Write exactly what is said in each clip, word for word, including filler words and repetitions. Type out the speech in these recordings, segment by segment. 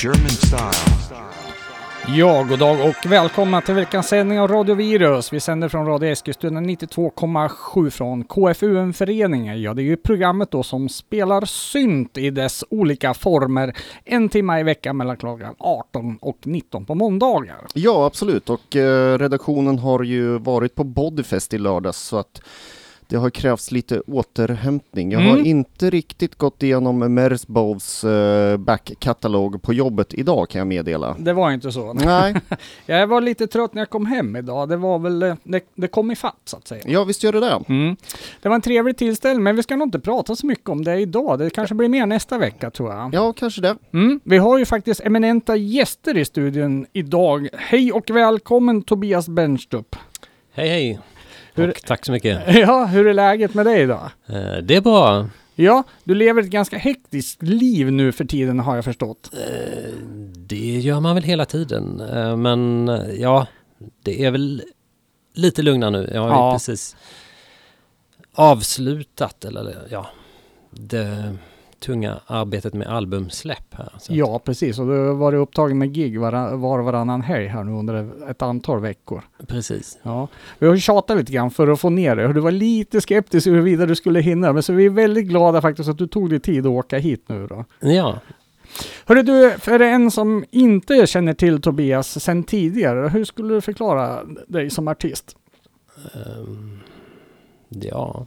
German style. Ja, god dag och välkomna till veckans sändning av Radio Virus. Vi sänder från Radio Eskilstuna nittiotvå komma sju från K F U M-föreningen. Ja, det är ju programmet då som spelar synt i dess olika former en timme i veckan mellan klockan arton och nitton på måndagar. Ja, absolut. Och eh, redaktionen har ju varit på Bodyfest i lördags så att det har krävts lite återhämtning. Jag Mm. har inte riktigt gått igenom Mersbovs eh, backkatalog på jobbet idag, kan jag meddela. Det var inte så. Nej, Jag var lite trött när jag kom hem idag. Det var väl, eh, det, det kom i fatt så att säga. ja visst gör det det. Mm. Det var en trevlig tillställning, men vi ska nog inte prata så mycket om det idag. Det kanske blir mer nästa vecka, tror jag. Ja, kanske det. Mm. Vi har ju faktiskt eminenta gäster i studion idag. Hej och välkommen Tobias Bernstrup. Hej hej, Hur- och tack så mycket. Ja, hur är läget med dig idag? Eh, Det är bra. Ja, du lever ett ganska hektiskt liv nu för tiden har jag förstått. Eh, Det gör man väl hela tiden. Eh, Men eh, ja, det är väl lite lugnare nu. Jag har ju Ja. precis avslutat, eller ja, det tunga arbetet med albumsläpp här. Så att- Ja, precis. Och du har varit upptagen med gig var, var och varannan helg här nu under ett antal veckor. Precis. Ja, vi har ju tjatat lite grann för att få ner det. Du var lite skeptisk huruvida du skulle hinna. Men så vi är väldigt glada faktiskt att du tog dig tid att åka hit nu då. Ja, Hörru du, för en som inte känner till Tobias sedan tidigare, hur skulle du förklara dig som artist? ehm, ja.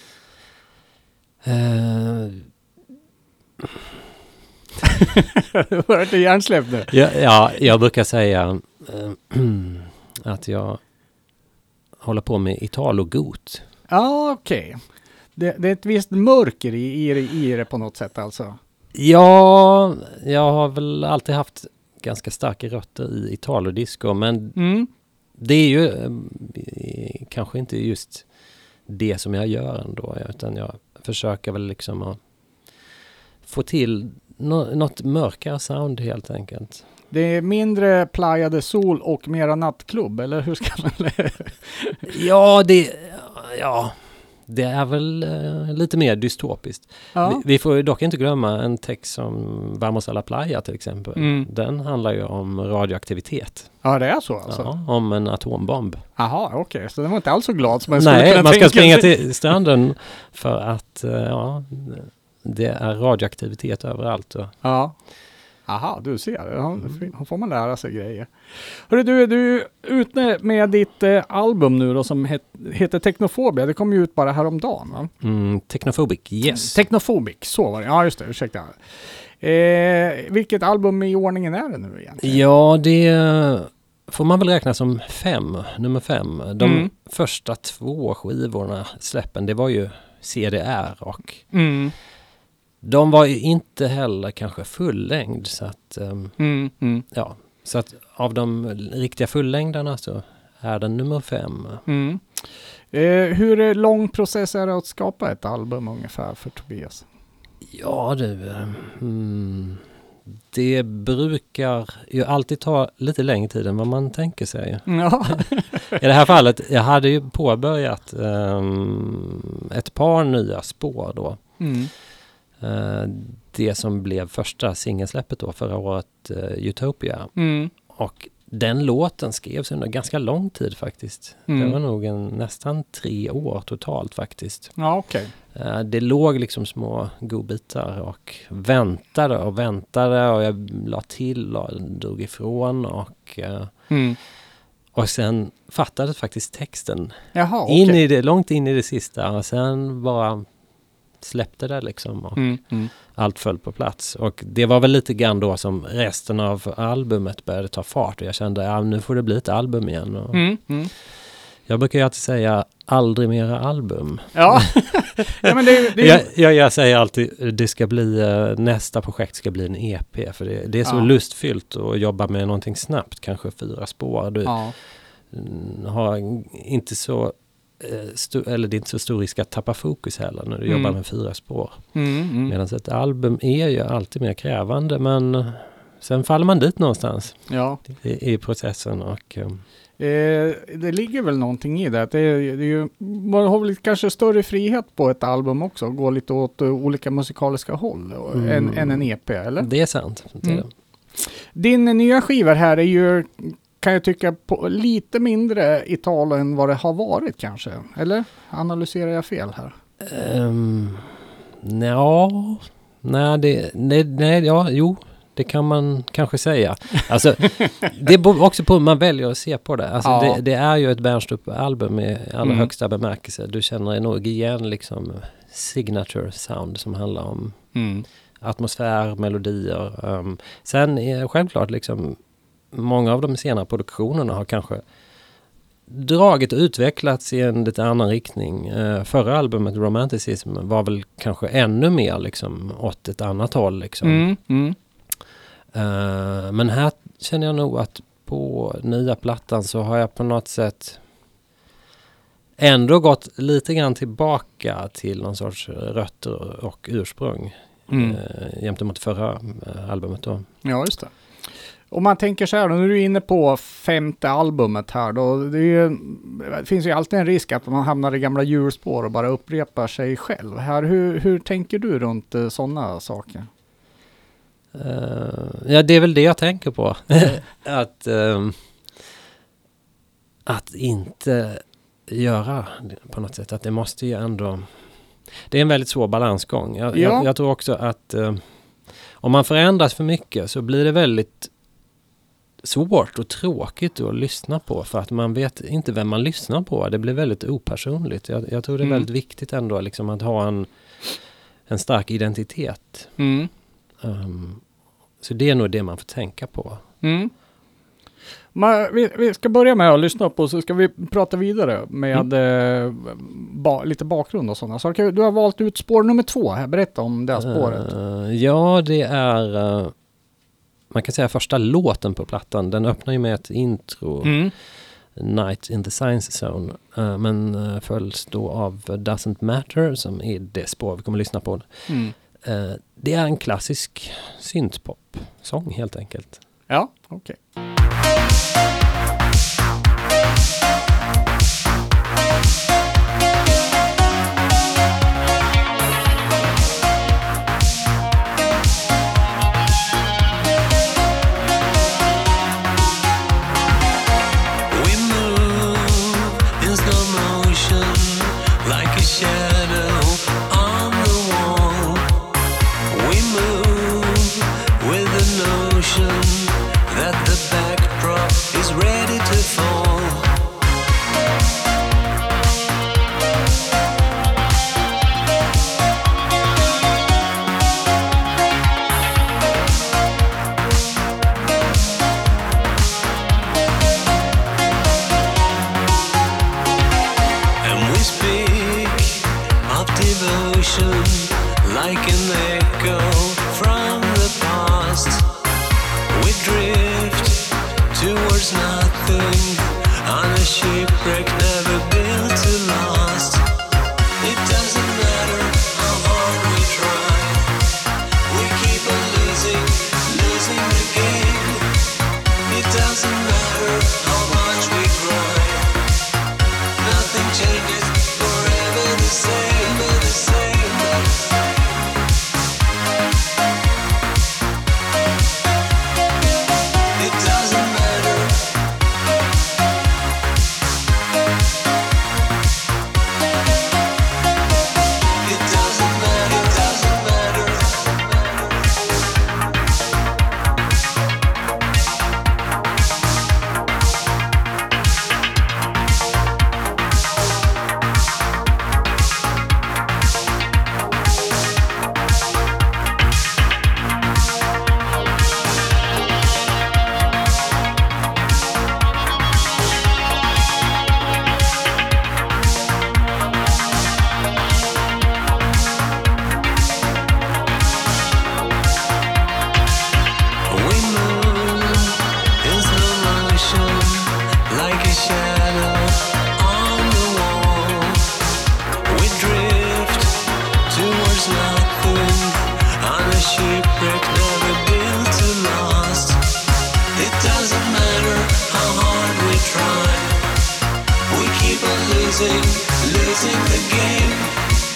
Eh, Du har varit hjärnsläpp nu. Ja, ja, jag brukar säga eh, att jag håller på med Italo-got. Ja, okej. Det, det är ett visst mörker i, i, i det på något sätt alltså. Ja, jag har väl alltid haft ganska starka rötter i Italo-disco, men Mm. det är ju eh, kanske inte just det som jag gör ändå, utan jag försöker väl liksom att få till nå- något mörkare sound helt enkelt. Det är mindre playa sol och mera nattklubb, eller hur ska man... Ja, det, ja, det är väl eh, lite mer dystopiskt. Ja. Vi, vi får ju dock inte glömma en text som Vamos a la playa till exempel. Mm. Den handlar ju om radioaktivitet. Ja, det är så alltså. Ja, om en atombomb. Jaha, okej. Så den var inte alls så glad som man skulle Nej, kunna man ska tänka springa sig. till stranden för att eh, ja, det är radioaktivitet överallt. Och, Ja. Aha, du ser. Ja, då får man lära sig grejer. Hörru, du, du är ute med ditt eh, album nu då som het, heter Technophobia. Det kom ju ut bara häromdagen, va? mm, Technophobic, yes. Technophobic, så var det. Ja, just det. Ursäkta. Eh, vilket album i ordningen är det nu egentligen? Ja, det får man väl räkna som fem, nummer fem. De Mm. första två skivorna, släppen, det var ju C D R och Mm. de var ju inte heller kanske fullängd, så att ehm, Mm. Mm. ja, så att av de riktiga fullängdarna så är den nummer fem. Mm. Eh, hur lång process är det att skapa ett album ungefär för Tobias? Ja, du, ehm, mm, det brukar ju alltid ta lite längre tid än vad man tänker sig. Ja. I det här fallet, jag hade ju påbörjat ehm, ett par nya spår då. Mm. Eh, det som blev första singelsläppet då förra året, eh, Utopia. Mm. Och den låten skrevs under ganska lång tid faktiskt. Mm. Det var nog en, nästan tre år totalt faktiskt. Ja, okej. Eh, det låg liksom små godbitar och väntade och väntade och jag la till och drog ifrån och, eh, Mm. och sen fattades faktiskt texten Jaha, okej. in i det, långt in i det sista och sen bara släppte det liksom och Mm. Mm. allt föll på plats. Och det var väl lite grann då som resten av albumet började ta fart och jag kände ja, nu får det bli ett album igen. Och Mm. Mm. jag brukar ju alltid säga aldrig mera album. Ja. Ja, men det, det, Jag, jag, jag säger alltid det ska bli, eh, nästa projekt ska bli en E P för det, det är så Ja. lustfyllt att jobba med någonting snabbt, kanske fyra spår. Du ja. mm, har inte så eh, sto- eller det är inte så stor risk att tappa fokus heller när du Mm. jobbar med fyra spår. Mm. Mm. Medan ett album är ju alltid mer krävande, men sen faller man dit någonstans Ja. i, i processen och eh, Eh, det ligger väl någonting i det. Att det, är, det är ju, man har väl kanske större frihet på ett album också. Gå lite åt uh, olika musikaliska håll uh, Mm. än, än en E P, eller? det är sant. Det är Mm. det. Din nya skiva här är ju, kan jag tycka, på lite mindre Italo än vad det har varit kanske. Eller analyserar jag fel här? Um, ja, nej, det, nej, nej, ja, jo, det kan man kanske säga. Alltså, det beror också på hur man väljer att se på det. Alltså, ja. det, det är ju ett Bernstrup-album i allra Mm. högsta bemärkelse. Du känner nog igen liksom signature sound som handlar om Mm. atmosfär, melodier. Um, sen är självklart liksom många av de senare produktionerna har kanske dragit och utvecklats i en lite annan riktning. Uh, förra albumet, Romanticism, var väl kanske ännu mer liksom åt ett annat håll. Liksom. Mm. Mm. Uh, men här känner jag nog att på nya plattan så har jag på något sätt ändå gått lite grann tillbaka till någon sorts rötter och ursprung. Mm. Uh, jämte mot förra uh, albumet då. Ja, just det. Om man tänker så här, då, nu är du inne på femte albumet här då, det, är ju, det finns ju alltid en risk att man hamnar i gamla hjulspår och bara upprepar sig själv. Här, hur, hur tänker du runt uh, sådana saker? Uh, ja, det är väl det jag tänker på. att, um, att inte göra på något sätt. Att det måste ju ändå... Det är en väldigt svår balansgång. Jag, ja. jag, jag tror också att uh, om man förändras för mycket så blir det väldigt svårt och tråkigt att lyssna på. För att man vet inte vem man lyssnar på. Det blir väldigt opersonligt. Jag, jag tror det är Mm. väldigt viktigt ändå liksom, att ha en, en stark identitet. Mm. Um, så det är nog det man får tänka på. Mm. Man, vi, vi ska börja med att lyssna på, så ska vi prata vidare med mm. eh, ba, lite bakgrund och sådana saker. Du har valt ut spår nummer två här. Berätta om det här spåret. Uh, ja, det är uh, man kan säga första låten på plattan. Den öppnar ju med ett intro. Mm. Night in the Science Zone. Uh, men uh, följs då av Doesn't Matter som är det spår vi kommer att lyssna på. Mm. Uh, det är en klassisk syntpop-sång helt enkelt. Ja, okej. Okay.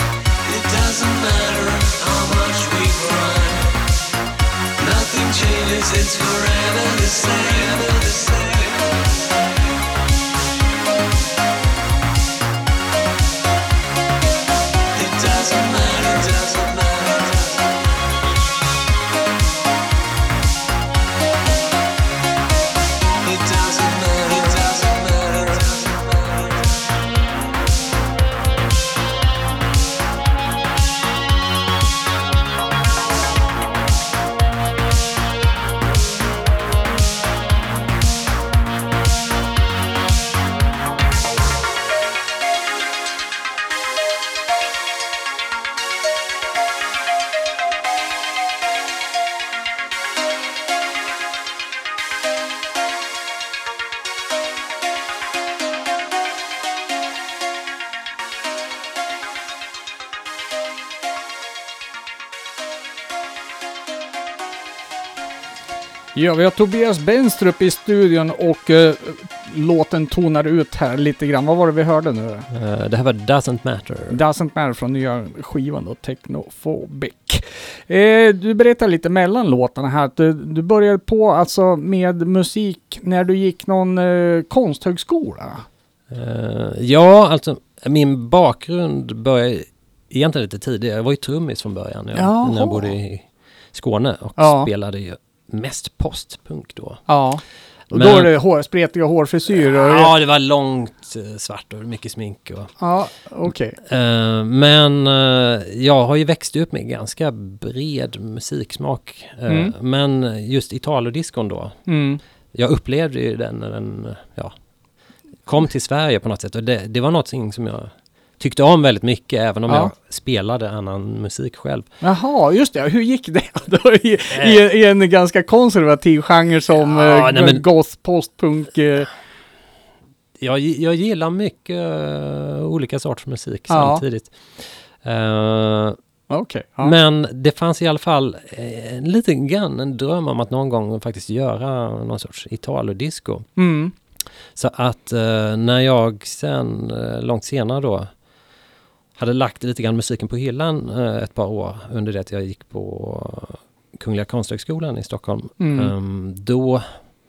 Nothing changes. 'cause it's forever the same, the same. It doesn't matter, doesn't matter. It doesn't matter, it doesn't matter, doesn't matter. Ja, vi har Tobias Benstrup i studion och uh, låten tonar ut här lite grann. Vad var det vi hörde nu? Uh, det här var Doesn't Matter. Doesn't Matter från nya skivan då, Technophobic. Eh, du berättar lite mellan låtarna här att du, du började på alltså med musik när du gick någon eh, konsthögskola. Uh, ja, alltså min bakgrund började egentligen lite tidigare. Jag var ju trummis från början jag, när jag bodde i Skåne och ja. spelade ju mest postpunk då. Ja, och men, då är det hår, spretiga hårfrisyr. Och ja, det var långt uh, svart och mycket smink. Och, ja, okej. Okay. Uh, men uh, jag har ju växt upp med ganska bred musiksmak. Uh, mm. Men just Italo-diskon då. Mm. Jag upplevde ju den när den ja, kom till Sverige på något sätt. Och det, det var något som jag tyckte om väldigt mycket, även om ja. jag spelade annan musik själv. Jaha, just det. Hur gick det då i, äh. i, i en ganska konservativ genre som ja, äh, men, goth, postpunk? Äh. Jag, jag gillar mycket uh, olika sorters musik ja. samtidigt. Uh, okay, ja. Men det fanns i alla fall en uh, liten grann en dröm om att någon gång faktiskt göra någon sorts Italo-disco. Mm. Så att uh, när jag sen, uh, långt senare då, hade lagt lite grann musiken på hyllan uh, ett par år under det att jag gick på Kungliga Konsthögskolan i Stockholm. Mm. Um, då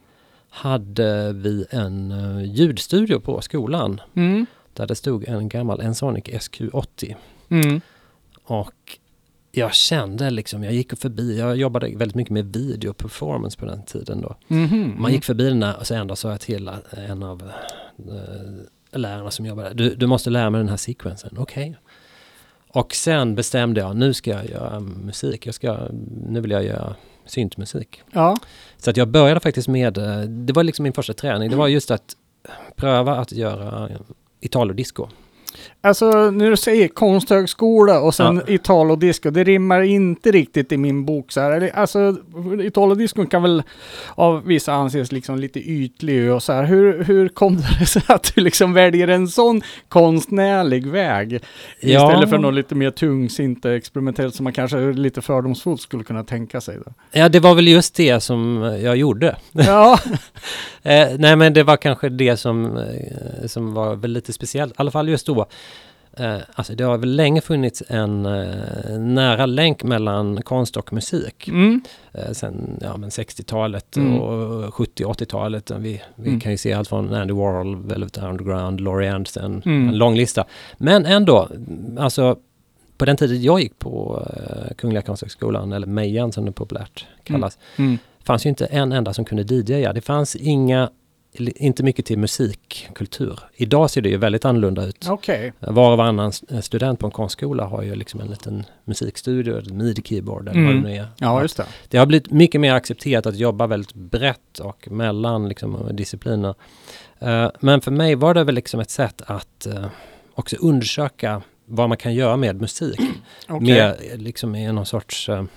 hade vi en uh, ljudstudio på skolan mm. där det stod en gammal Ensoniq S Q åttio. Mm. Och jag kände liksom, jag gick förbi, jag jobbade väldigt mycket med video performance på den tiden då. Mm-hmm. Man gick förbi den och så ändå sa jag till en av uh, lärarna som jobbade, du, du måste lära mig den här sekvensen. Okej. Okay. Och sen bestämde jag, nu ska jag göra musik. Jag ska, nu vill jag göra syntmusik. Ja. Så att jag började faktiskt med, det var liksom min första träning. Det var just att pröva att göra Italo-disco. Alltså när du säger konsthögskola och sen ja. Italo-disco, det rimmar inte riktigt i min bok så här. Alltså Italo-disco kan väl av vissa anses liksom lite ytlig och så här. Hur, hur kom det sig att du liksom väljer en sån konstnärlig väg ja. istället för något lite mer tungsint experimentellt som man kanske lite fördomsfullt skulle kunna tänka sig då? Ja, det var väl just det som jag gjorde. Ja. eh, nej, men det var kanske det som, eh, som var väl lite speciellt. I alla fall just då. Uh, alltså det har väl länge funnits en uh, nära länk mellan konst och musik. Mm. Uh, sen ja, men sextiotalet mm. och sjuttio- och åttiotalet. Vi, vi mm. kan ju se allt från Andy Warhol, Velvet Underground, Laurie Anderson, mm. en lång lista. Men ändå, alltså på den tiden jag gick på uh, Kungliga Konsthögskolan, eller Mejan som det populärt kallas, mm. Mm. fanns ju inte en enda som kunde D J:a. Det fanns inga inte mycket till musikkultur. Idag ser det ju väldigt annorlunda ut. Okay. Var och varannan student på en konstskola har ju liksom en liten musikstudio, ett midi-keyboard eller mm. vad det nu är. Ja, just det. Det har blivit mycket mer accepterat att jobba väldigt brett och mellan liksom, discipliner. Uh, men för mig var det väl liksom ett sätt att uh, också undersöka vad man kan göra med musik. Okay. Med, liksom i någon sorts uh,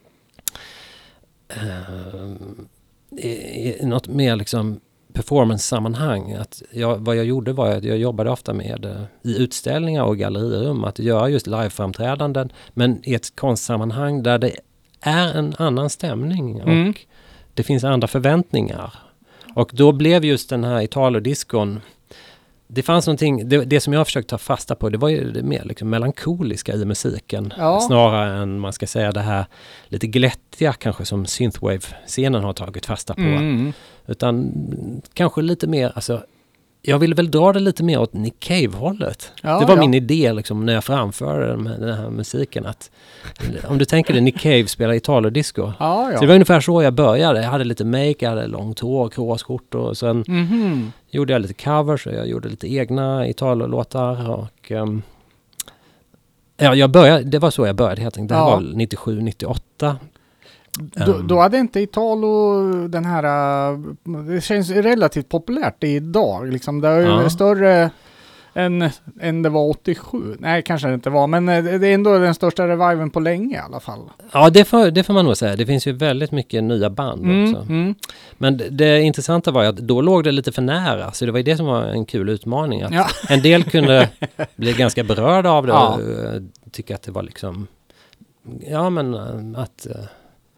uh, i, i något mer liksom performance-sammanhang. Att jag, vad jag gjorde var att jag jobbade ofta med uh, i utställningar och gallerirum att göra just live-framträdanden, men i ett konstsammanhang där det är en annan stämning mm. och det finns andra förväntningar. Och då blev just den här Italo-diskon det fanns någonting, det, det som jag försökte ta fasta på, det var ju det mer liksom melankoliska i musiken. Ja. Snarare än, man ska säga, det här lite glättiga kanske som synthwave-scenen har tagit fasta på. Mm. Utan kanske lite mer, alltså, jag ville väl dra det lite mer åt Nick Cave-hållet. Ja, det var ja. min idé liksom, när jag framförde den här, den här musiken. Att, om du tänker dig, Nick Cave spelar Italo-disco. Ja, ja. Så det var ungefär så jag började. Jag hade lite make, jag hade långt hår, kråskjortor och sen Mhm. gjorde jag lite covers och jag gjorde lite egna Italo-låtar och um, ja, jag började, det var så jag började helt enkelt. Det här Ja. var nittiosju nittioåtta. Då, Um, då hade inte Italo den här, äh, det känns relativt populärt idag liksom. Det är ju Ja. större än, än det var åttiosju. Nej, kanske det inte var, men äh, det är ändå den största reviven på länge i alla fall. Ja, det får, det får man nog säga. Det finns ju väldigt mycket nya band Mm, också. mm. Men det, det intressanta var ju att då låg det lite för nära. Så det var ju det som var en kul utmaning. Att Ja. en del kunde bli ganska berörda av det Ja. och uh, tycka att det var liksom, ja men uh, att uh,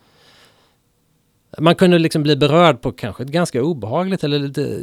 man kunde liksom bli berörd på kanske ett ganska obehagligt eller lite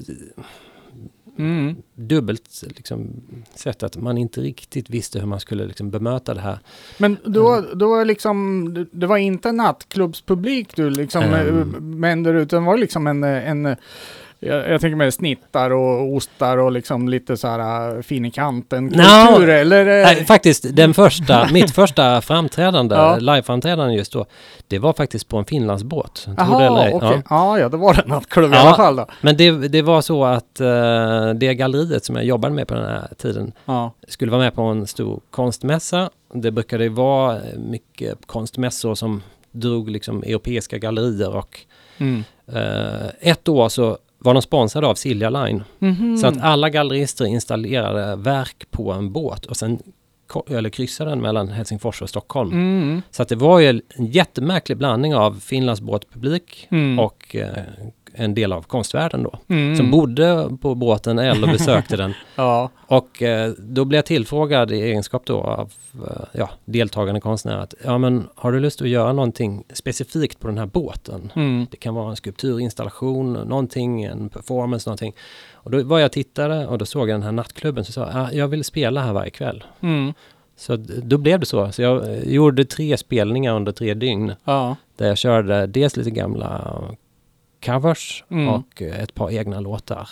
Mm. dubbelt liksom, sätt, att man inte riktigt visste hur man skulle liksom bemöta det här. Men då, då var liksom, det- det var inte nattklubbspublik du liksom, Ehm. äh, men där ute, det var liksom en, en jag, jag tänker med snittar och ostar och liksom lite så här äh, fin i kanten kultur, Nå, eller? äh, Nej, faktiskt, den första, mitt första framträdande, Ja. live-framträdande just då, det var faktiskt på en Finlandsbåt. Tror det eller Jaha, ej. okej. Ja. Ja. ja, det var det nattklubb i Ja. alla fall då. Men det, det var så att uh, det galleriet som jag jobbade med på den här tiden Ja. skulle vara med på en stor konstmässa. Det brukade vara mycket konstmässor som drog liksom europeiska gallerier och Mm. uh, ett år så var de sponsrade av Silja Line. Mhm. Så att alla gallerister installerade verk på en båt och sen ko- eller kryssade den mellan Helsingfors och Stockholm. Mm. Så att det var ju en jättemärklig blandning av Finlands båtpublik Mm. och eh, en del av konstvärlden då. Mm. Som bodde på båten eller besökte den. Ja. Och eh, då blev jag tillfrågad i egenskap då av eh, ja, deltagande konstnär att ja, men har du lust att göra någonting specifikt på den här båten? Mm. Det kan vara en skulpturinstallation, någonting, en performance, någonting. Och då var jag tittare och då såg jag den här nattklubben så sa ah, jag vill spela här varje kväll. Mm. Så d- då blev det så. Så jag eh, gjorde tre spelningar under tre dygn. Ja. Där jag körde dels lite gamla covers Mm. och eh, ett par egna låtar.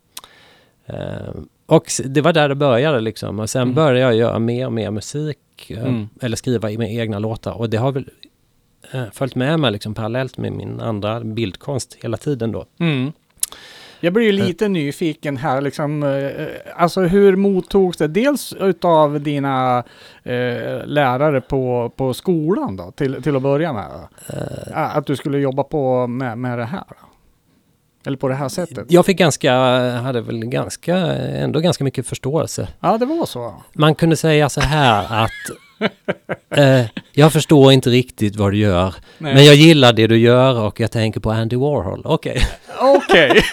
Eh, och s- det var där det började liksom. Och sen Mm. började jag göra mer och mer musik. Eh, Mm. Eller skriva i med egna låtar. Och det har väl eh, följt med mig liksom parallellt med min andra bildkonst hela tiden då. Mm. Jag blir ju lite nyfiken här liksom, eh, alltså hur mottogs det dels utav dina eh, lärare på, på skolan då, till, till att börja med? Eh, Att du skulle jobba på med, med det här? Eller på det här sättet? jag fick ganska, hade väl ganska, ändå ganska mycket förståelse. Ja, det var så. Man kunde säga så här att eh, jag förstår inte riktigt vad du gör. Nej. Men jag gillar det du gör och jag tänker på Andy Warhol. Okej. Okej.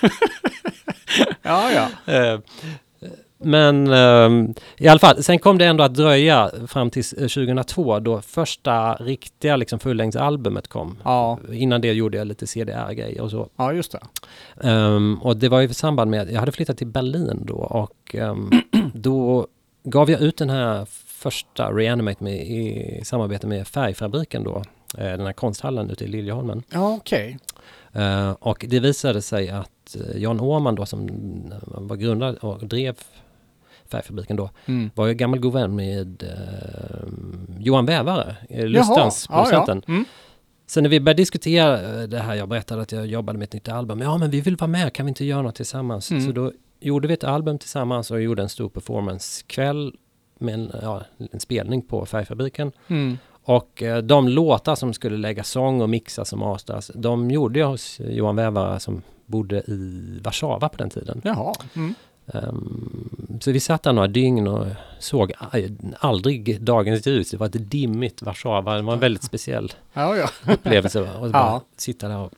Ja, ja. Eh, Men eh, i alla fall, sen kom det ändå att dröja fram till eh, tjugohundratvå då första riktiga liksom, fullängdsalbumet kom. Ja, Innan det gjorde jag lite C D R-grejer och så. ja just det. Um, och det var i samband med att jag hade flyttat till Berlin då och um, då gav jag ut den här första Reanimate med, i samarbete med Färgfabriken då, eh, den här konsthallen ute i Liljeholmen. Ja, okej. Uh, och det visade sig att uh, Jan Åhman då som var grundad och drev Färgfabriken då Mm. var ju gammal god vän med uh, Johan Vävare, eh, Lustans Jaha, ja, producenten. ja. Mm. Sen när vi började diskutera det här, jag berättade att jag jobbade med ett nytt album. Ja, men vi vill vara med, kan vi inte göra något tillsammans? Mm. Så då gjorde vi ett album tillsammans och gjorde en stor performancekväll med en, ja, en spelning på Färgfabriken. Mm. Och eh, de låtar som skulle lägga sång och mixas och masters, de gjorde jag hos Johan Vävare som bodde i Warszawa på den tiden. Jaha. Mm. Um, så vi satt där några dygn och såg aj, aldrig dagens ljus. Det var ett dimmigt Warszawa. Det var en väldigt speciell Ja, ja. upplevelse. Och bara Ja. sitta där och...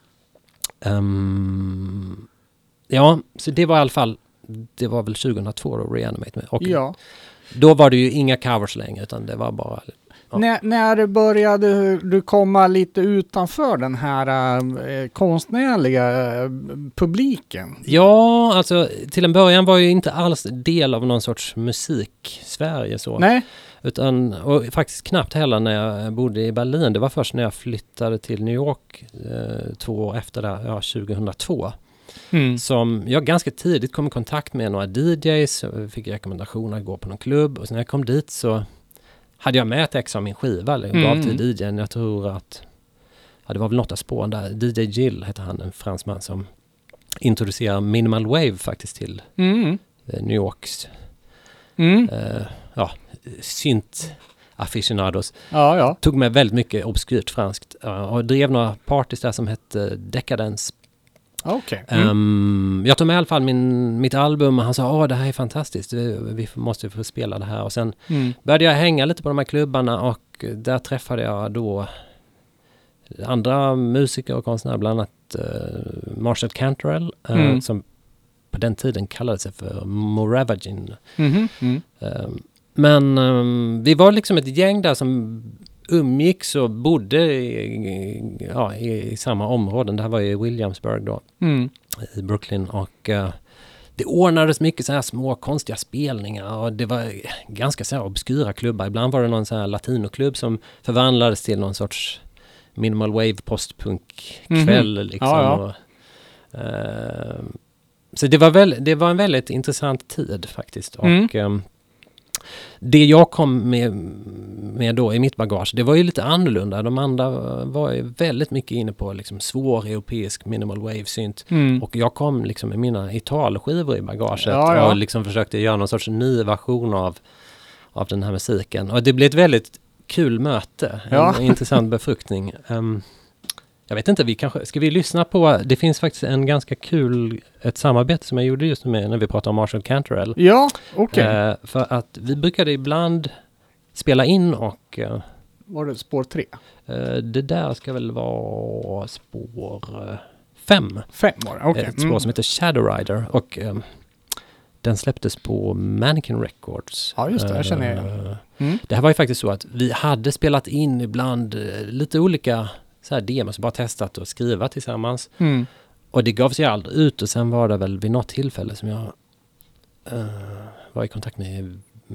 Um, ja, så det var i alla fall... Det var väl tjugohundratvå då Reanimate med. Och Ja. då var det ju inga covers längre utan det var bara Ja. När, när började du komma lite utanför den här äh, konstnärliga äh, publiken? Ja, alltså till en början var jag inte alls del av någon sorts musik-Sverige så. Nej. Utan, och faktiskt knappt heller när jag bodde i Berlin. Det var först när jag flyttade till New York eh, två år efter det, ja, tjugohundratvå. Mm. Som jag ganska tidigt kom i kontakt med några D Js. Jag fick rekommendationer att gå på någon klubb. Och sen när jag kom dit så hade jag med ett ex av min skiva. Och gav Mm. till D Jn. Jag tror att ja, det var väl något av spåren där. D J Gill heter han, en fransman som introducerar minimal wave faktiskt till Mm. eh, New Yorks Mm. eh, ja, synt aficionados. Ja, ja. Tog med väldigt mycket obskyrt franskt uh, och drev några parties där som hette Decadence. Okej. Okay. Mm. Um, jag tog med i alla fall min, mitt album och han sa åh det här är fantastiskt, vi, vi måste få spela det här. Och sen Mm. började jag hänga lite på de här klubbarna och där träffade jag då andra musiker och konstnärer, bland annat uh, Marshall Cantorell uh, Mm. som på den tiden kallade sig för Moravagin. Mm. Mm. Um, men um, vi var liksom ett gäng där som umgicks och bodde i, ja, i, i samma områden. Det här var i Williamsburg då, Mm. i Brooklyn. Och uh, det ordnades mycket så här små konstiga spelningar och det var ganska så här obskyra klubbar. Ibland var det någon så här latinoklubb som förvandlades till någon sorts minimal wave postpunk-kväll. Mhm. Liksom. Ja, ja. Och, uh, så det var, väl, det var en väldigt intressant tid faktiskt. Mm. Och um, det jag kom med, med då i mitt bagage, det var ju lite annorlunda. De andra var ju väldigt mycket inne på liksom svår europeisk minimal wave-synt. Mm. Och jag kom liksom med mina Italskivor i bagaget Ja, ja. och liksom försökte göra någon sorts ny version av, av den här musiken. Och det blev ett väldigt kul möte, Ja. en intressant befruktning. Um, jag vet inte, vi kanske, ska vi lyssna på, det finns faktiskt en ganska kul, ett samarbete som jag gjorde just med när vi pratade om Marshall Cantorell. Ja, okej. Okay. Eh, för att vi brukade ibland spela in och eh, Var det spår tre? eh, det där ska väl vara spår eh, fem. Fem var det, okej. Ett spår Mm. som heter Shadow Rider och eh, den släpptes på Mannequin Records. Ja, just det, jag känner igen. Eh, Mm. Det här var ju faktiskt så att vi hade spelat in ibland eh, lite olika så här demos, bara testat och skriva tillsammans. Mm. Och det gav sig aldrig ut och sen var det väl vid något tillfälle som jag uh, var i kontakt med uh,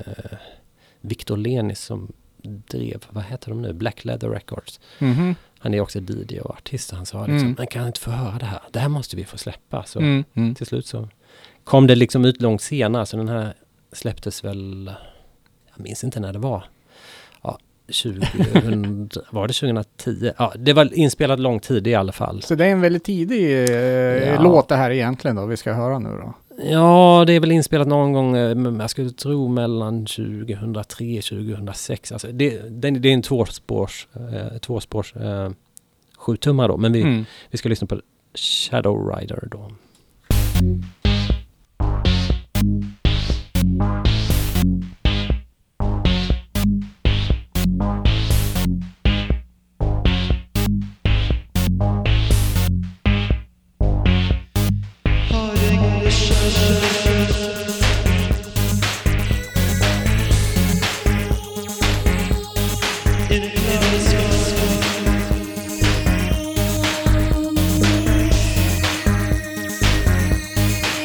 Victor Lenis som drev, vad heter de nu? Black Leather Records. Mhm. Han är också D J och artist. Han sa liksom, Mm. man kan inte få höra det här. Det här måste vi få släppa. Så Mm. Mm. till slut så kom det liksom ut långt senare. Så den här släpptes väl, jag minns inte när det var. Ja, tjugohundra, var det tjugohundratio? Ja, det var inspelat lång tid i alla fall. Så det är en väldigt tidig eh, Ja. låt det här egentligen då, vi ska höra nu då. Ja, det är väl inspelat någon gång, eh, men jag skulle tro mellan tjugohundratre och tjugohundrasex. Alltså det, det, det är en tvåspårs, eh, tvåspårs eh, sjutummar då, men vi, Mm. vi ska lyssna på Shadow Rider då. In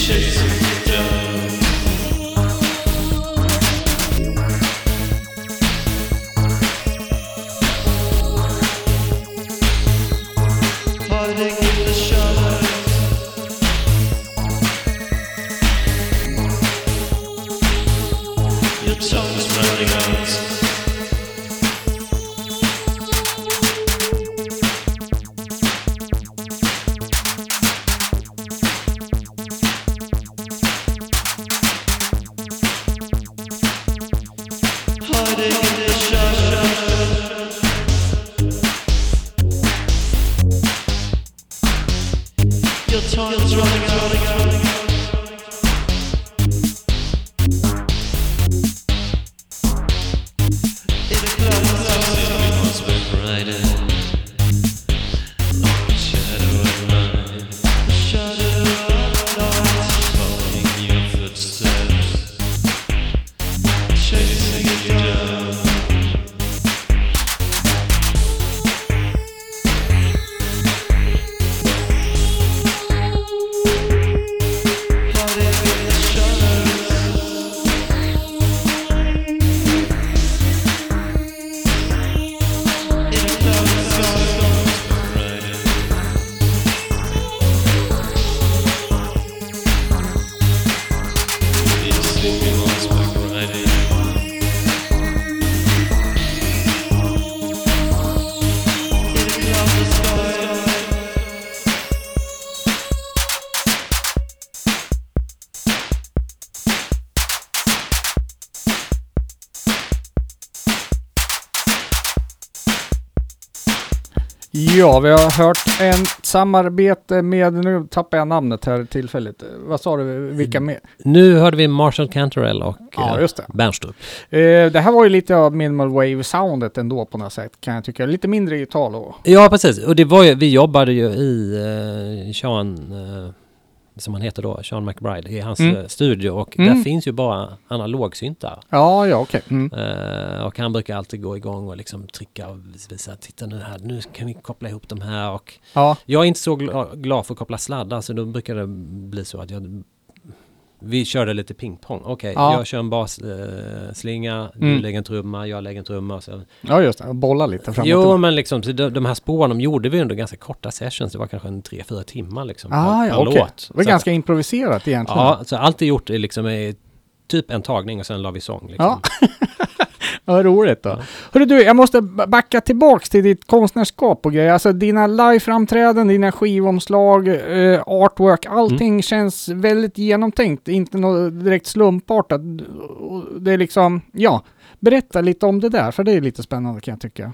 Ja, vi har hört en samarbete med, nu tappar jag namnet här tillfälligt. Vad sa du, vilka med? Nu hörde vi Marshall Cantarell och ja, just det. Bernstrup. Eh, det här var ju lite av minimal wave-soundet ändå på något sätt, kan jag tycka. Lite mindre i tal och... Ja, precis. Och det var ju, vi jobbade ju i uh, Sean, uh, som han heter då, Sean McBride, i hans mm. studio. Och mm. där finns ju bara analogsyntar. Ja, ja, okej. Okay. Mm. Uh, och han brukar alltid gå igång och liksom trycka och visa, titta nu här, nu kan vi koppla ihop de här. Och ja. Jag är inte så gl- glad för att koppla sladdar, så då brukar det bli så att jag... Vi körde lite pingpong. Okej, okay, ja. jag kör en basslinga, eh, mm. du lägger en trumma, jag lägger en trumma. Så. Ja, just det. Bolla lite framåt. Jo, men liksom, så de, de här spåren de gjorde vi under ganska korta sessions. Det var kanske en tre, fyra timmar liksom. Ah, ja, okej. Okay. Det var så ganska att, improviserat egentligen. Ja, så allt är gjort är liksom är typ en tagning och sen la vi sång. Liksom. Ja. Vad roligt då. Ja. Hörru du, jag måste backa tillbaks till ditt konstnärskap och grejer. Alltså dina live-framträden, dina skivomslag, eh, artwork, allting mm. känns väldigt genomtänkt. Inte något direkt slumpartat. Det är liksom, ja, berätta lite om det där, för det är lite spännande kan jag tycka.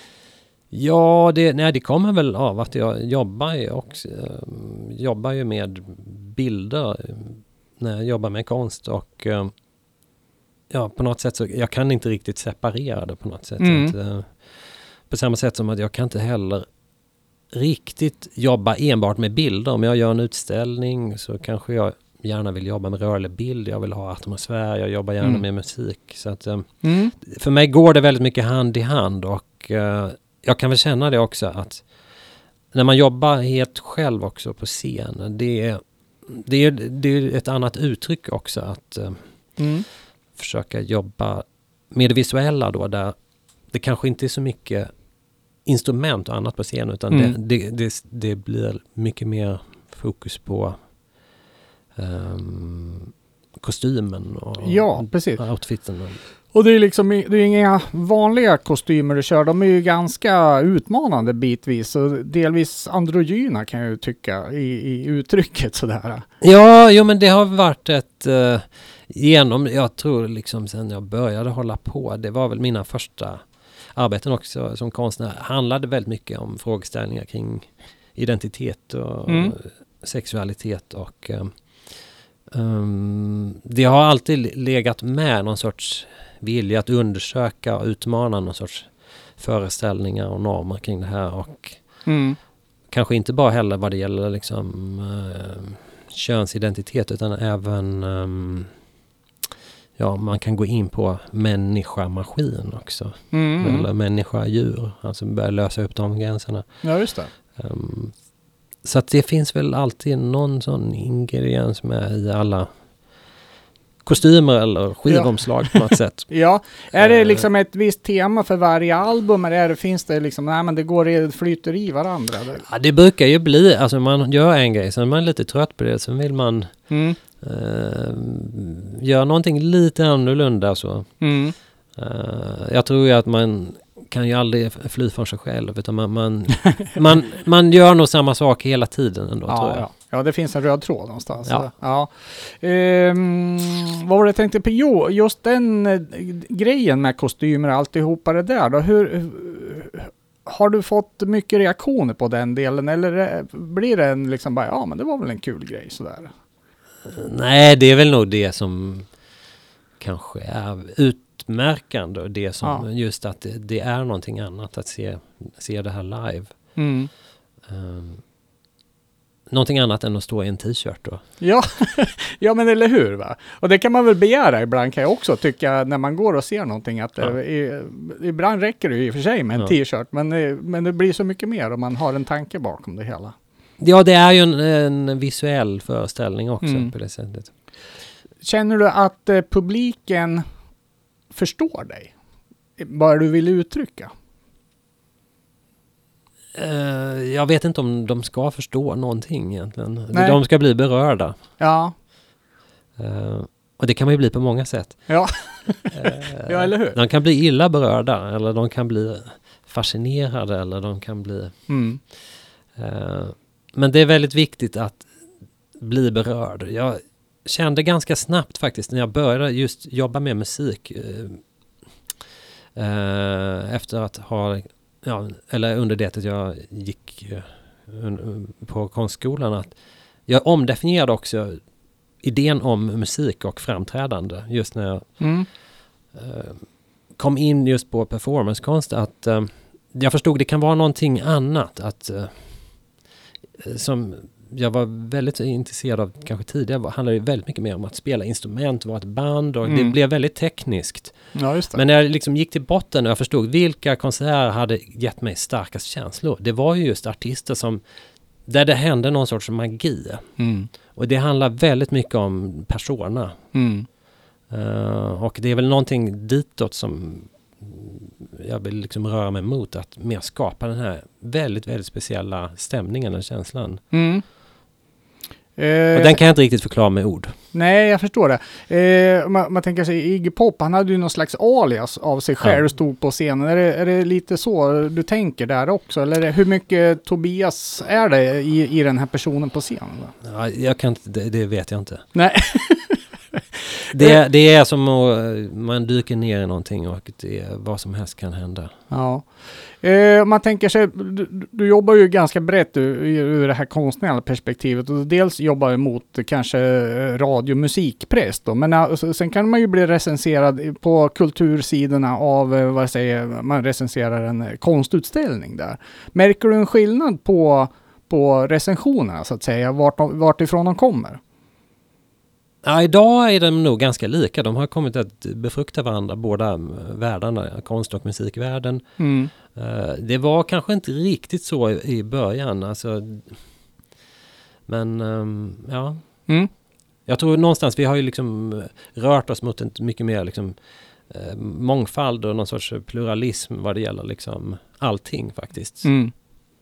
Ja, det, nej, det kommer väl av att jag jobbar ju, också, jobbar ju med bilder när jag jobbar med konst och ja, på något sätt så jag kan inte riktigt separera det på något sätt. Mm. Att, uh, på samma sätt som att jag kan inte heller riktigt jobba enbart med bilder. Om jag gör en utställning så kanske jag gärna vill jobba med rörlig bild. Jag vill ha atmosfär, jag jobbar gärna mm. med musik. Så att, uh, mm. för mig går det väldigt mycket hand i hand och uh, jag kan väl känna det också att när man jobbar helt själv också på scen, det är, det är, det är ett annat uttryck också att uh, mm. försöka jobba med det visuella då, där det kanske inte är så mycket instrument och annat på scen, utan mm. det, det, det, det blir mycket mer fokus på um, kostymen och ja, precis. outfiten. Och det är liksom det är inga vanliga kostymer du kör, de är ju ganska utmanande bitvis och delvis androgyna kan jag ju tycka i, i uttrycket sådär. Ja, jo, men det har varit ett uh, genom, jag tror liksom sen jag började hålla på, det var väl mina första arbeten också som konstnär, handlade väldigt mycket om frågeställningar kring identitet och mm. sexualitet och um, um, det har alltid legat med någon sorts vilja att undersöka och utmana någon sorts föreställningar och normer kring det här och mm. kanske inte bara heller vad det gäller liksom uh, könsidentitet utan även um, ja, man kan gå in på människa-maskin också. Mm. Eller människa-djur. Alltså börja lösa upp de gränserna. Ja, just det. Um, så att det finns väl alltid någon sån ingrediens med i alla kostymer eller skivomslag ja. på något sätt. Ja, är det liksom ett visst tema för varje album eller är det, finns det liksom, nej men det går i, flyter i varandra? Eller? Ja, det brukar ju bli, alltså man gör en grej, sen är man lite trött på det, sen vill man mm. uh, göra någonting lite annorlunda så. Mm. Uh, jag tror ju att man kan ju aldrig fly från sig själv utan man, man, man, man gör nog samma sak hela tiden ändå ja, tror jag. Ja. ja, det finns en röd tråd någonstans. Ja. Ja. Ehm, vad var det jag tänkte på? Jo, just den eh, grejen med kostymer och alltihopa det där då. Hur, hur, har du fått mycket reaktioner på den delen eller blir det en liksom bara, ja men det var väl en kul grej sådär? Nej, det är väl nog det som kanske är utmärkande och det som ja. just att det, det är någonting annat att se, se det här live. Mm. Um, någonting annat än att stå i en t-shirt då. Ja, ja men eller hur va? Och det kan man väl begära ibland kan jag också tycka när man går och ser någonting att ja. det, ibland räcker det i och för sig med en ja. t-shirt men, men det blir så mycket mer om man har en tanke bakom det hela. Ja, det är ju en, en visuell föreställning också mm. på det sättet. Känner du att eh, publiken förstår dig? Vad du vill uttrycka? Uh, jag vet inte om de ska förstå någonting egentligen. Nej. De ska bli berörda. Ja. Uh, och det kan man ju bli på många sätt. Ja, uh, ja eller hur? De kan bli illa berörda eller de kan bli fascinerade eller de kan bli... Mm. Uh, men det är väldigt viktigt att bli berörd. Jag kände ganska snabbt faktiskt när jag började just jobba med musik uh, uh, efter att ha... Ja, eller under det att jag gick uh, på konstskolan att jag omdefinierade också idén om musik och framträdande just när jag mm. uh, kom in just på performancekonst att uh, jag förstod det kan vara någonting annat att uh, som jag var väldigt intresserad av kanske tidigare handlade det väldigt mycket mer om att spela instrument, vara ett band och mm. det blev väldigt tekniskt. Ja, just det. Men när jag liksom gick till botten och jag förstod vilka konserter hade gett mig starkast känslor. Det var ju just artister som där det hände någon sorts magi. Mm. Och det handlar väldigt mycket om persona. Mm. Uh, och det är väl någonting ditåt som jag vill liksom röra mig mot att mer skapa den här väldigt, väldigt speciella stämningen och känslan. Mm. Eh, och den kan jag inte riktigt förklara med ord. Nej, jag förstår det. Eh, man, man tänker sig Iggy Pop, han hade ju någon slags alias av sig själv och stod på scenen. Är det, är det lite så du tänker där också? Eller är det, hur mycket Tobias är det i, i den här personen på scenen? Ja, jag kan inte, det, det vet jag inte. Nej. det, det är som att man dyker ner i någonting och det, vad som helst kan hända. Ja. Eh, man tänker sig, du, du jobbar ju ganska brett ur, ur det här konstnärliga perspektivet och dels jobbar mot kanske radio- och musikpress då, men alltså, sen kan man ju bli recenserad på kultursidorna av, vad jag säger, man recenserar en konstutställning där. Märker du en skillnad på, på recensionerna så att säga, vart, vart ifrån de kommer? Ja, idag är de nog ganska lika. De har kommit att befrukta varandra, båda världarna, konst- och musikvärlden. Mm. Uh, det var kanske inte riktigt så i, i början. Alltså, men um, ja. Mm. Jag tror någonstans vi har ju liksom rört oss mot en mycket mer liksom, uh, mångfald och någon sorts pluralism vad det gäller liksom allting faktiskt. Mm.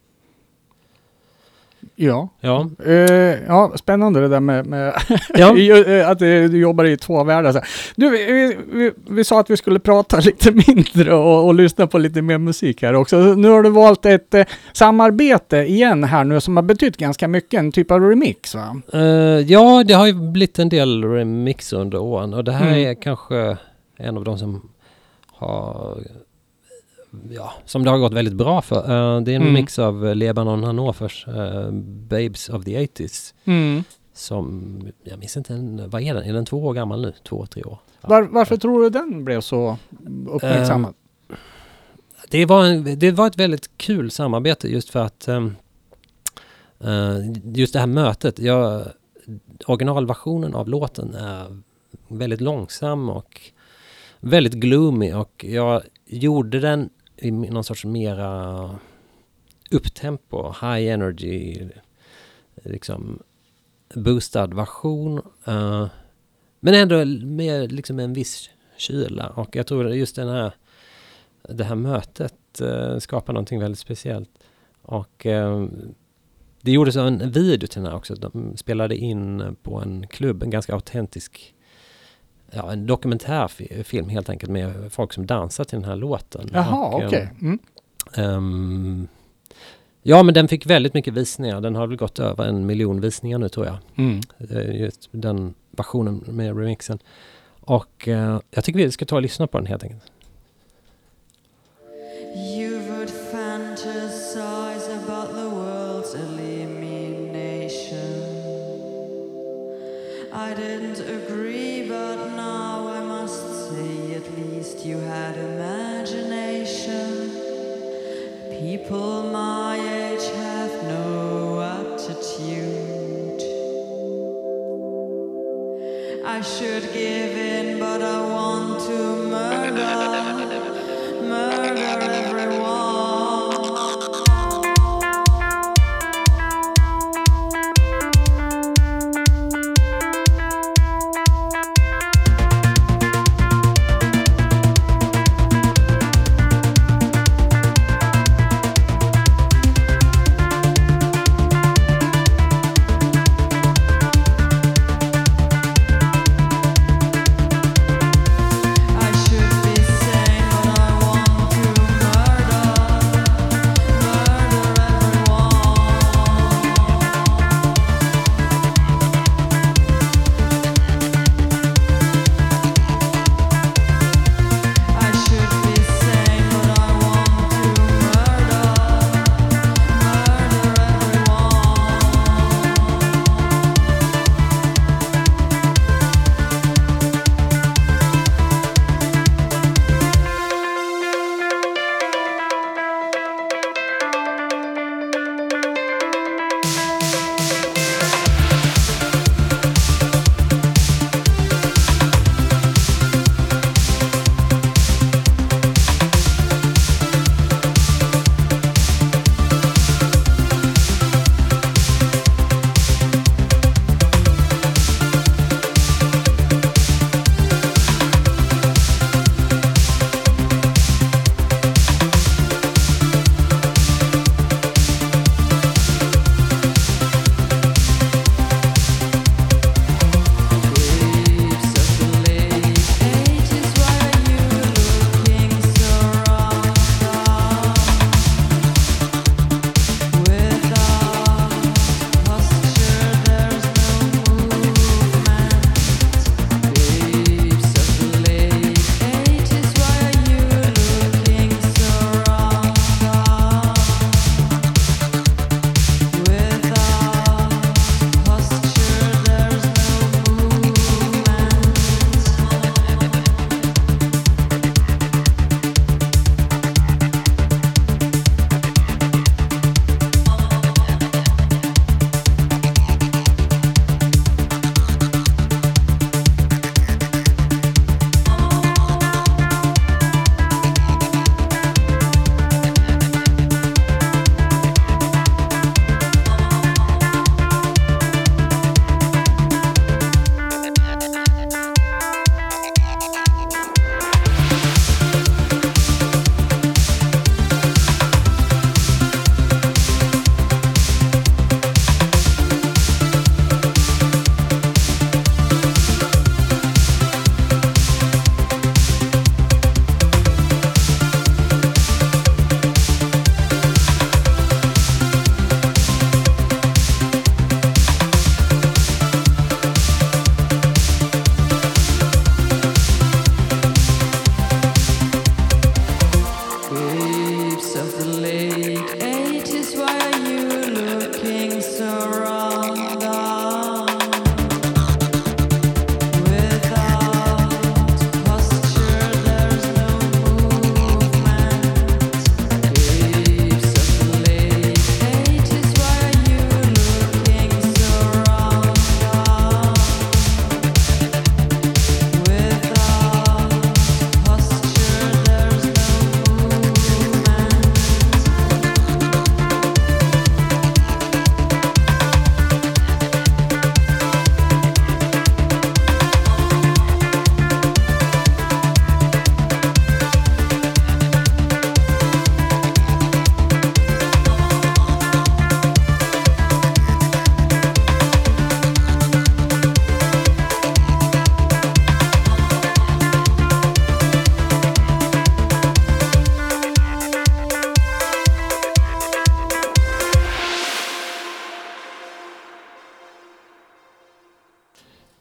Ja. Ja. Uh, ja, spännande det där med, med ja. att du jobbar i två världar. Så. Du, vi, vi, vi sa att vi skulle prata lite mindre och, och lyssna på lite mer musik här också. Nu har du valt ett eh, samarbete igen här nu som har betytt ganska mycket, en typ av remix va? Uh, ja, det har ju blivit en del remix under åren och det här mm. är kanske en av de som har... Ja, som det har gått väldigt bra för. Uh, det är en mm. mix av Lebanon Hannovers uh, Babes of the eighties. Mm. Som, jag minns inte, en, vad är den? Är den två år gammal nu? Två, tre år. Ja. Var, varför tror du den blev så uppmärksammad? Uh, det, var en, det var ett väldigt kul samarbete just för att um, uh, just det här mötet. Jag, originalversionen av låten är väldigt långsam och väldigt gloomy och jag gjorde den i någon sorts mera upptempo, high energy liksom boostad version. Uh, men ändå med liksom en viss kyla. Och jag tror just den här, det här mötet uh, skapar någonting väldigt speciellt. Och uh, det gjordes en video till den här också. De spelade in på en klubb, en ganska autentisk, ja, en dokumentärfilm helt enkelt med folk som dansar till den här låten. Jaha, okej. Okay. Mm. Um, ja, men den fick väldigt mycket visningar. Den har väl gått över en miljon visningar nu tror jag. Mm. Just den versionen med remixen. Och uh, jag tycker vi ska ta och lyssna på den helt enkelt. You would fantasize about the world's elimination. I didn't agree, but now I must say at least you had imagination. People my age have no aptitude. I should give in, but I want to murder, murder everyone. I should be sane, but I want to murder.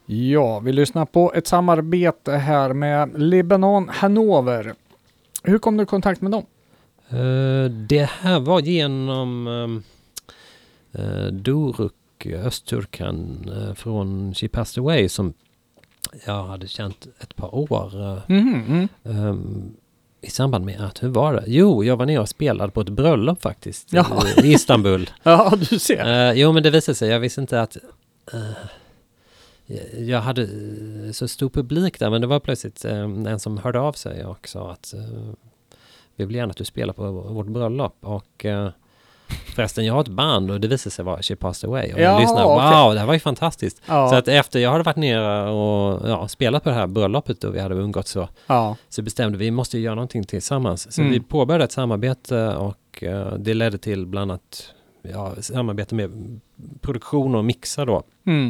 Ja, vi lyssnar på ett samarbete här med Lebanon Hannover. Hur kom du i kontakt med dem? Uh, det här var genom um, uh, Doruk, östturkan uh, från She Passed Away, som jag hade känt ett par år uh, Mm, mm. um, i samband med att, hur var det? Jo, jag var nere och spelade på ett bröllop faktiskt i, Jaha. i Istanbul. Ja, du ser. Uh, jo, men det visade sig, jag visste inte att uh, jag hade så stor publik där, men det var plötsligt um, en som hörde av sig och sa att uh, vi vill gärna att du spelar på vårt bröllop. Och uh, förresten, jag har ett band och det visade sig vara She Passed Away. Och Jaha, jag lyssnade, okej. wow, det här var ju fantastiskt. Ja. Så att efter jag hade varit nere och ja, spelat på det här bröllopet och vi hade umgått, så, Ja. så bestämde vi, vi måste göra någonting tillsammans. Så Mm. vi påbörjade ett samarbete och uh, det ledde till bland annat ja, samarbete med produktion och mixar då. Mm.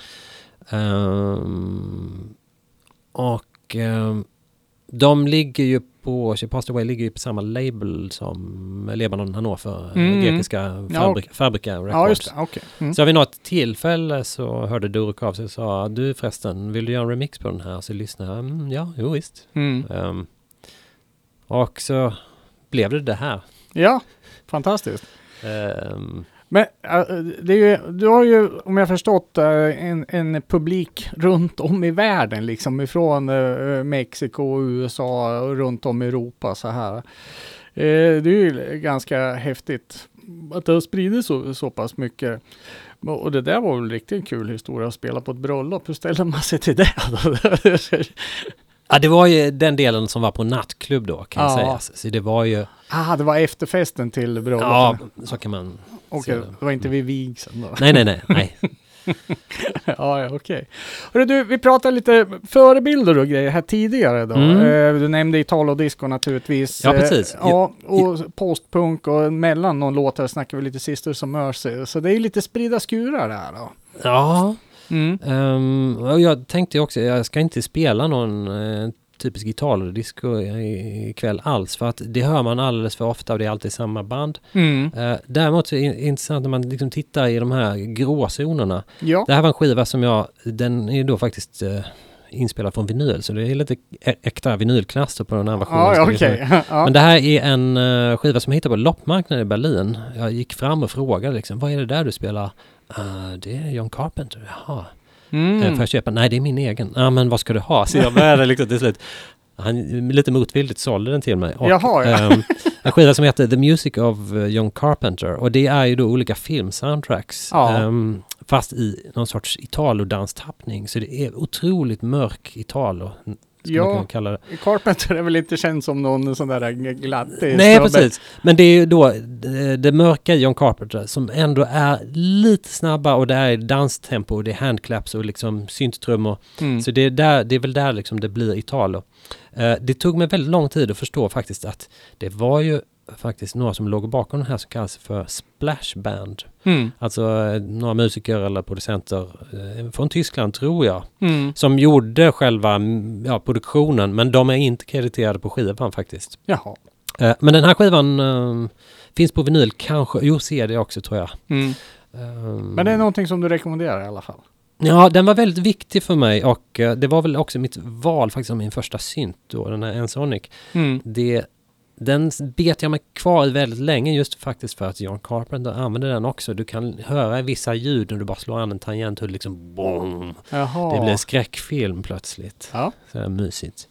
Um, och um, de ligger ju på, She Passed Away ligger ju på samma label som Lebanon Hannover, Mm. grekiska fabrik, Ja. Fabrica Records. Ja, just det. Okej. Mm. Så vid något tillfälle så hörde Doruk av sig och sa, du förresten, vill du göra en remix på den här? Så lyssnade jag, mm, ja, jo visst. Mm. Um, och så blev det det här. Ja, fantastiskt. Um, Men äh, det är ju, du har ju, om jag förstått, äh, en, en publik runt om i världen, liksom ifrån äh, Mexiko och U S A och runt om i Europa så här. Eh, det är ju ganska häftigt att det har spridit så, så pass mycket. Och det där var väl riktigt en kul historia att spela på ett bröllop. Hur ställer man sig till det? ja, det var ju den delen som var på nattklubb då, kan jag Ja. säga. Så det var ju, ah, det var efterfesten till bröllopet. ja, så kan man Okej, se det. det var inte vid vigseln då. Nej, nej, nej, nej. Ja, ja, okej. Hörru du, vi pratade lite förebilder och grejer här tidigare då. Mm. Eh, du nämnde Italo-disco naturligtvis. Ja, precis. Eh, ja, och postpunk och mellan någon låt här snackar vi lite Sisters of Mercy. Så det är lite spridda skurar där då. Ja, Mm. um, och jag tänkte också, jag ska inte spela någon uh, typisk Italo-disco i- ikväll alls, för att det hör man alldeles för ofta och det är alltid samma band. Mm. Uh, däremot så är det intressant när man liksom tittar i de här gråzonerna. Ja. Det här var en skiva som jag, den är ju då faktiskt uh, inspelad från vinyl, så det är lite ä- äkta vinylknaster på den här versionen. Ja, ja, ska vi okej. säga. Ja. Men det här är en uh, skiva som jag hittade på loppmarknaden i Berlin. Jag gick fram och frågade liksom, vad är det där du spelar? Uh, det är John Carpenter, jaha. Mm. Mm. Får jag köpa? Nej, det är min egen. Ja, men vad ska du ha? Så jag började liksom till slut. Han lite motvilligt sålde den till mig. Och, Jaha, ja. ehm, en skiva som heter The Music of uh, John Carpenter. Och det är ju då olika filmsoundtracks. Ja. ehm, fast i någon sorts Italo-danstappning. Så det är otroligt mörk Italo. Ska Ja. man kunna kalla det. Carpenter är väl inte känd som någon sån där glatt. Nej, precis. Men det är ju då det, det mörka John Carpenter som ändå är lite snabba, och det är danstempo, det är handclaps och liksom synttrummor. Mm. Så det är, där, det är väl där liksom det blir Italo. Uh, det tog mig väldigt lång tid att förstå faktiskt att det var ju faktiskt några som låg bakom den här som kallas för Splash Band. Mm. Alltså uh, några musiker eller producenter uh, från Tyskland, tror jag, Mm. som gjorde själva mm, ja, produktionen, men de är inte krediterade på skivan faktiskt. Jaha. Uh, men den här skivan uh, finns på vinyl, kanske, jo, C D också tror jag. Mm. Um, Men det är någonting som du rekommenderar i alla fall. Ja, den var väldigt viktig för mig, och uh, det var väl också mitt val faktiskt som min första synt då, den här Ensonic. Mm. Det, den bet jag mig kvar i väldigt länge, just faktiskt för att John Carpenter använder den också. Du kan höra vissa ljud när du bara slår an en tangent, hur det liksom boom. Jaha. Det blir skräckfilm plötsligt. Ja. Så här mysigt.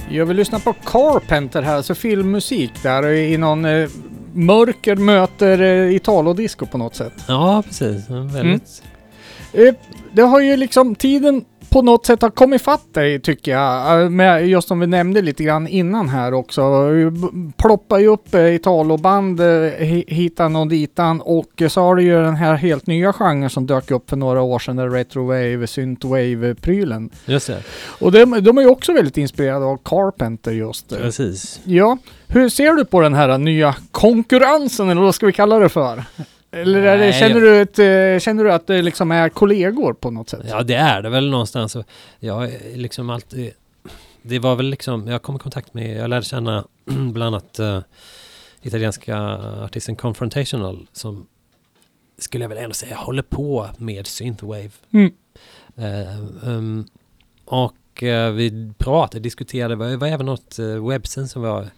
Jag vill lyssna på Carpenter här, så filmmusik där i någon eh, mörker möter eh, Italo-disco på något sätt. Ja, precis. Väldigt... Mm. Eh, det har ju liksom tiden på något sätt har kommit fatt dig, tycker jag. Eh, Med, just som vi nämnde lite grann innan här också. B- Ploppar ju upp eh, Italo-band eh, hi- hitan och ditan, och eh, så har det ju den här helt nya genren som dök upp för några år sedan, den retrowave, synthwave-prylen. Just det. Och de, de är ju också väldigt inspirerade av Carpenter just. eh. Precis. Ja, hur ser du på den här nya konkurrensen, eller vad ska vi kalla det för? Eller är det, Nej, känner, du ett, eh, känner du att det liksom är kollegor på något sätt? Ja, det är det väl någonstans. Jag är liksom alltid... Det var väl liksom... Jag kom i kontakt med... Jag lärde känna bland annat uh, italienska artisten Confrontational, som skulle jag väl ändå säga håller på med synthwave. Mm. Uh, um, och uh, vi pratade, diskuterade, det var, det var även något uh, webbsen som var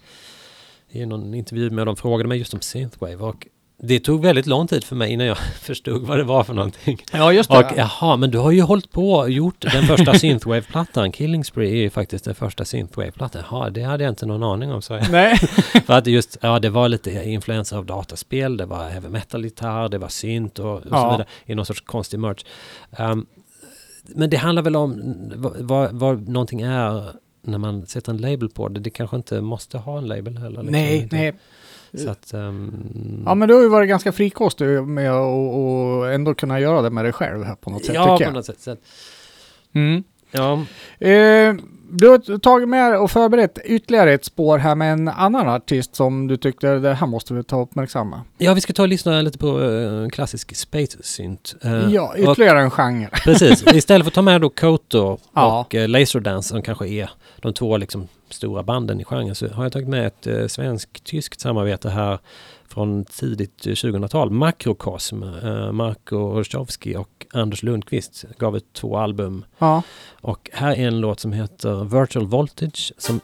i någon intervju med dem, frågade mig just om synthwave, och det tog väldigt lång tid för mig innan jag förstod vad det var för någonting. Ja, just det. Och jaha, men du har ju hållit på och gjort den första synthwave-plattan. Killing Spree är ju faktiskt den första synthwave-plattan. Ja, det hade jag inte någon aning om, så jag. Nej. För att just, ja, det var lite influenser av dataspel, det var heavy metal-gitarr, det var synt och, och Ja. så vidare i någon sorts konstig merch. Um, men det handlar väl om vad, vad, vad någonting är när man sätter en label på det. Det kanske inte måste ha en label heller. Liksom. Nej, nej. Så att, um, Ja, men du har ju varit ganska frikostig med att och, och ändå kunna göra det med dig själv här på något sätt, ja, tycker på jag. något sätt. Så att, Mm. ja. Eh, du har tagit med och förberett ytterligare ett spår här med en annan artist som du tyckte det här måste vi ta och uppmärksamma. Ja, vi ska ta och lyssna lite på uh, klassisk space synt. Uh, Ja, ytterligare en genre. Precis. Istället för att ta med då Koto Ja. och uh, Laserdance, som kanske är de två liksom stora banden i genren, så har jag tagit med ett uh, svensk-tyskt samarbete här från tidigt uh, tjugohundratal. Makrokosm, uh, Marko Orszowski och Anders Lundqvist gav ut två album. Ja. Och här är en låt som heter Virtual Voltage, som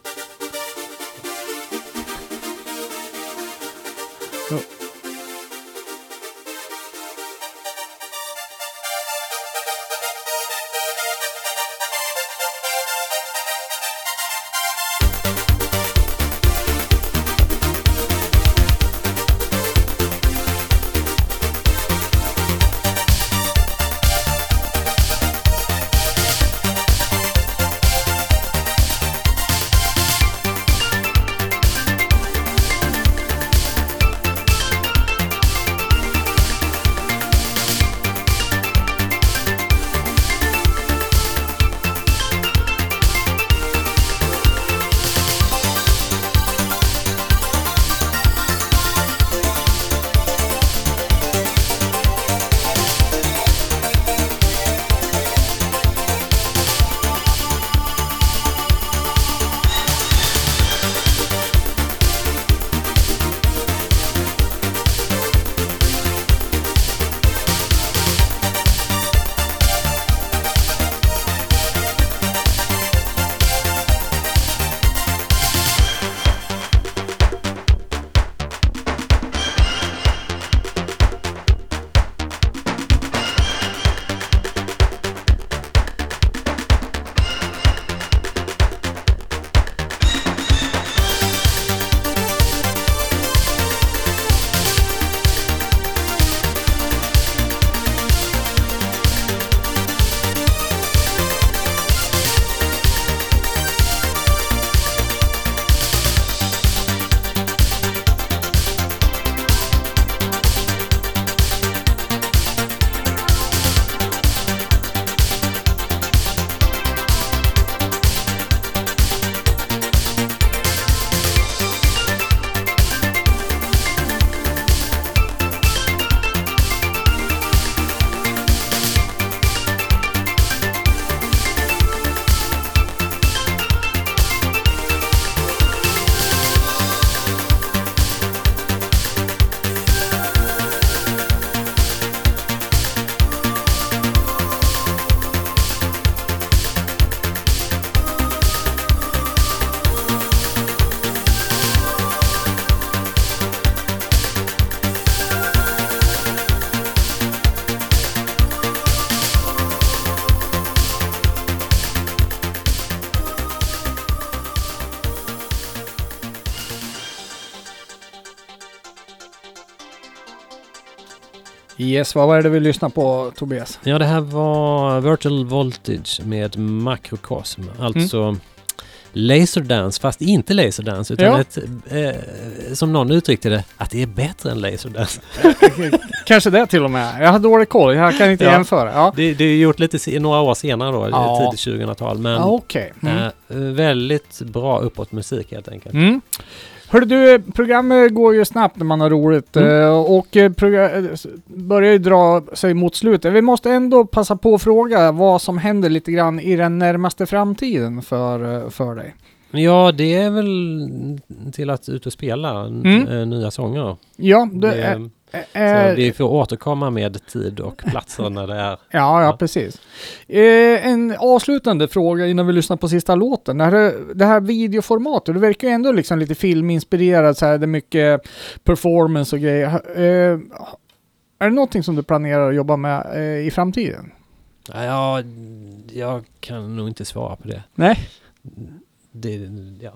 Yes, vad var det vi lyssnade på, Tobias? Ja, det här var Virtual Voltage med Makrokosm. Alltså mm. Laserdance, fast inte Laserdance, utan ja. ett, eh, som någon uttryckte det, att det är bättre än Laserdance. Kanske det till och med. Jag har dålig koll, jag kan inte ja. jämföra. Ja. Det, det är gjort lite några år senare då, ja. tidigt tjugohundratal. Men ja, okay. mm. eh, väldigt bra uppåt musik helt enkelt. Mm. Hörru du, programmet går ju snabbt när man har roligt mm. och program- börjar ju dra sig mot slutet. Vi måste ändå passa på att fråga vad som händer lite grann i den närmaste framtiden för, för dig. Ja, det är väl till att ut och spela mm. nya sånger. Ja, det, det är... Så vi får återkomma med tid och platser när det är... Ja, ja, ja. precis. Eh, en avslutande fråga innan vi lyssnar på sista låten. Det här, det här videoformatet, det verkar ju ändå liksom lite filminspirerat, så här, det är mycket performance och grejer. Eh, är det någonting som du planerar att jobba med eh, i framtiden? Ja, jag kan nog inte svara på det. Nej. Det, ja...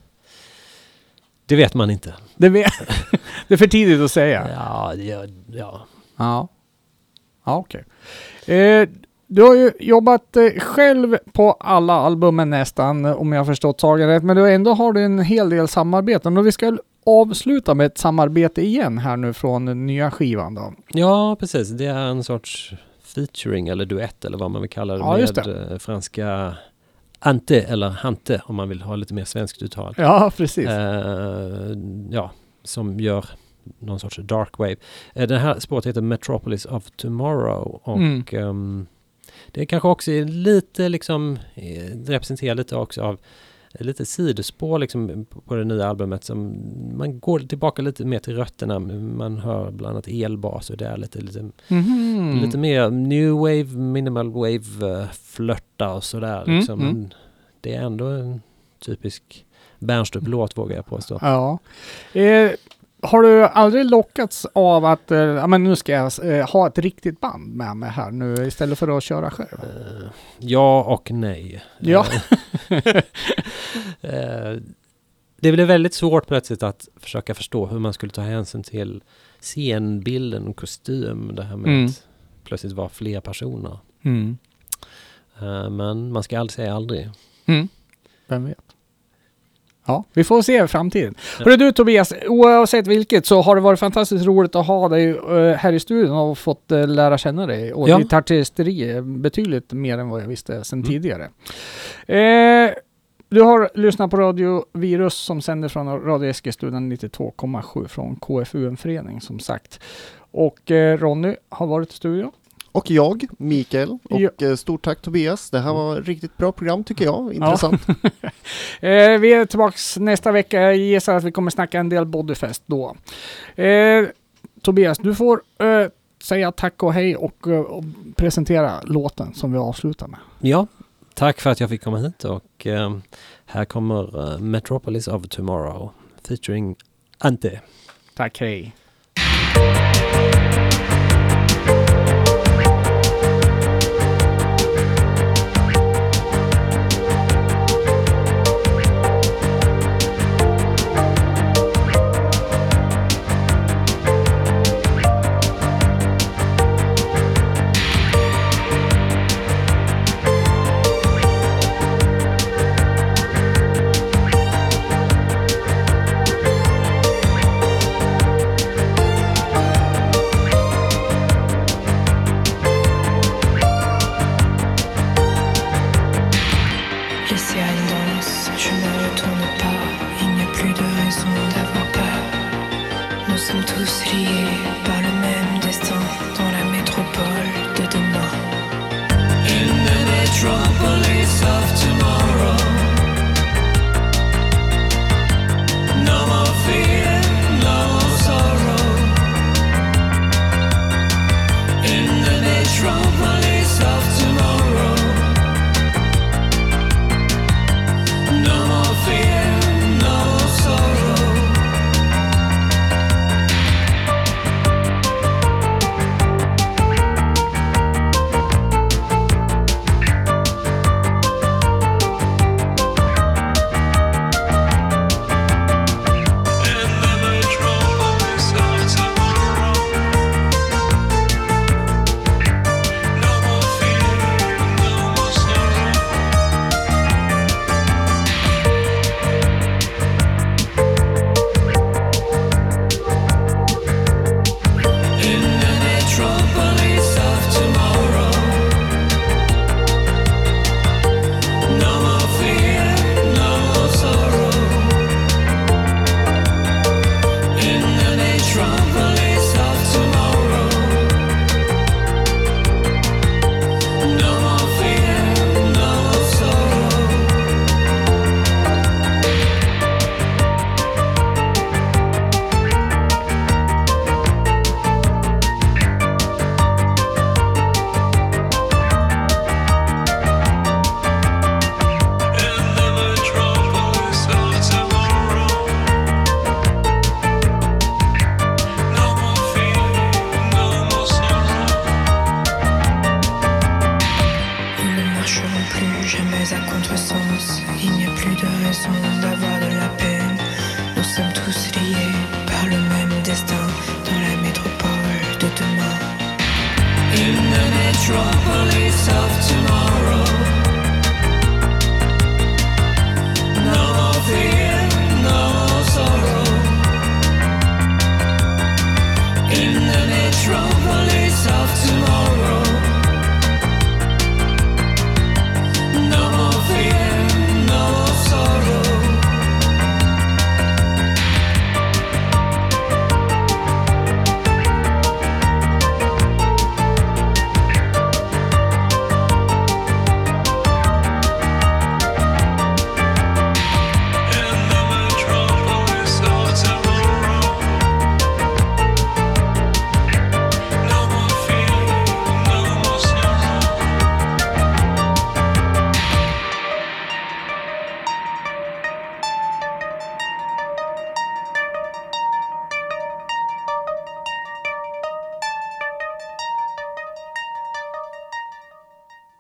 Det vet man inte. Det, vet, det är för tidigt att säga. Ja, ja, ja. Ja, ja okej. Okay. Eh, du har ju jobbat eh, själv på alla albumen nästan, om jag har förstått saken rätt. Men du ändå har du en hel del samarbeten. Och vi ska avsluta med ett samarbete igen här nu från den nya skivan då. Ja, precis. Det är en sorts featuring eller duett eller vad man vill kalla det, ja, just det. med franska... Ante eller Hante om man vill ha lite mer svenskt uttal. Ja, precis. Eh, ja, som gör någon sorts dark wave. Eh, det här spåret heter Metropolis of Tomorrow och mm. um, det är kanske också lite liksom, det representerar lite också av lite sidospår liksom på det nya albumet som man går tillbaka lite mer till rötterna. Man hör bland annat elbas och det är lite, lite, mm-hmm. lite mer new wave, minimal wave uh, flörta och sådär. Mm, liksom. mm. Men det är ändå en typisk Bernstrup-låt vågar jag påstå. Ja. Eh, har du aldrig lockats av att eh, ja, men nu ska jag eh, ha ett riktigt band med mig här nu istället för att köra själv? Uh, ja och nej. Ja. uh, det blir väldigt svårt plötsligt att försöka förstå hur man skulle ta hänsyn till scenbilden och kostym. Det här med mm. att plötsligt vara fler personer. Mm. Uh, men man ska aldrig säga aldrig. Mm. Vem vet? Ja, vi får se i framtiden. Ja. Hörru du Tobias, oavsett vilket så har det varit fantastiskt roligt att ha dig uh, här i studion och fått uh, lära känna dig. Och ja. ditt artisteri är betydligt mer än vad jag visste sedan mm. tidigare. Uh, du har lyssnat på Radio Virus som sänder från Radio Eskilstuna nittiotvå komma sju från K F U N-förening som sagt. Och uh, Ronny har varit i studion. Och jag, Mikael. Och ja. stort tack Tobias. Det här var ett riktigt bra program tycker jag. Intressant. Ja. eh, vi är tillbaka nästa vecka. Jag gissar att vi kommer snacka en del Bodyfest då. Eh, Tobias, du får eh, säga tack och hej och, och presentera låten som vi avslutar med. Ja, tack för att jag fick komma hit. Och eh, här kommer uh, Metropolis of Tomorrow featuring Ante. Tack, hej. Nous sommes tous liés par le même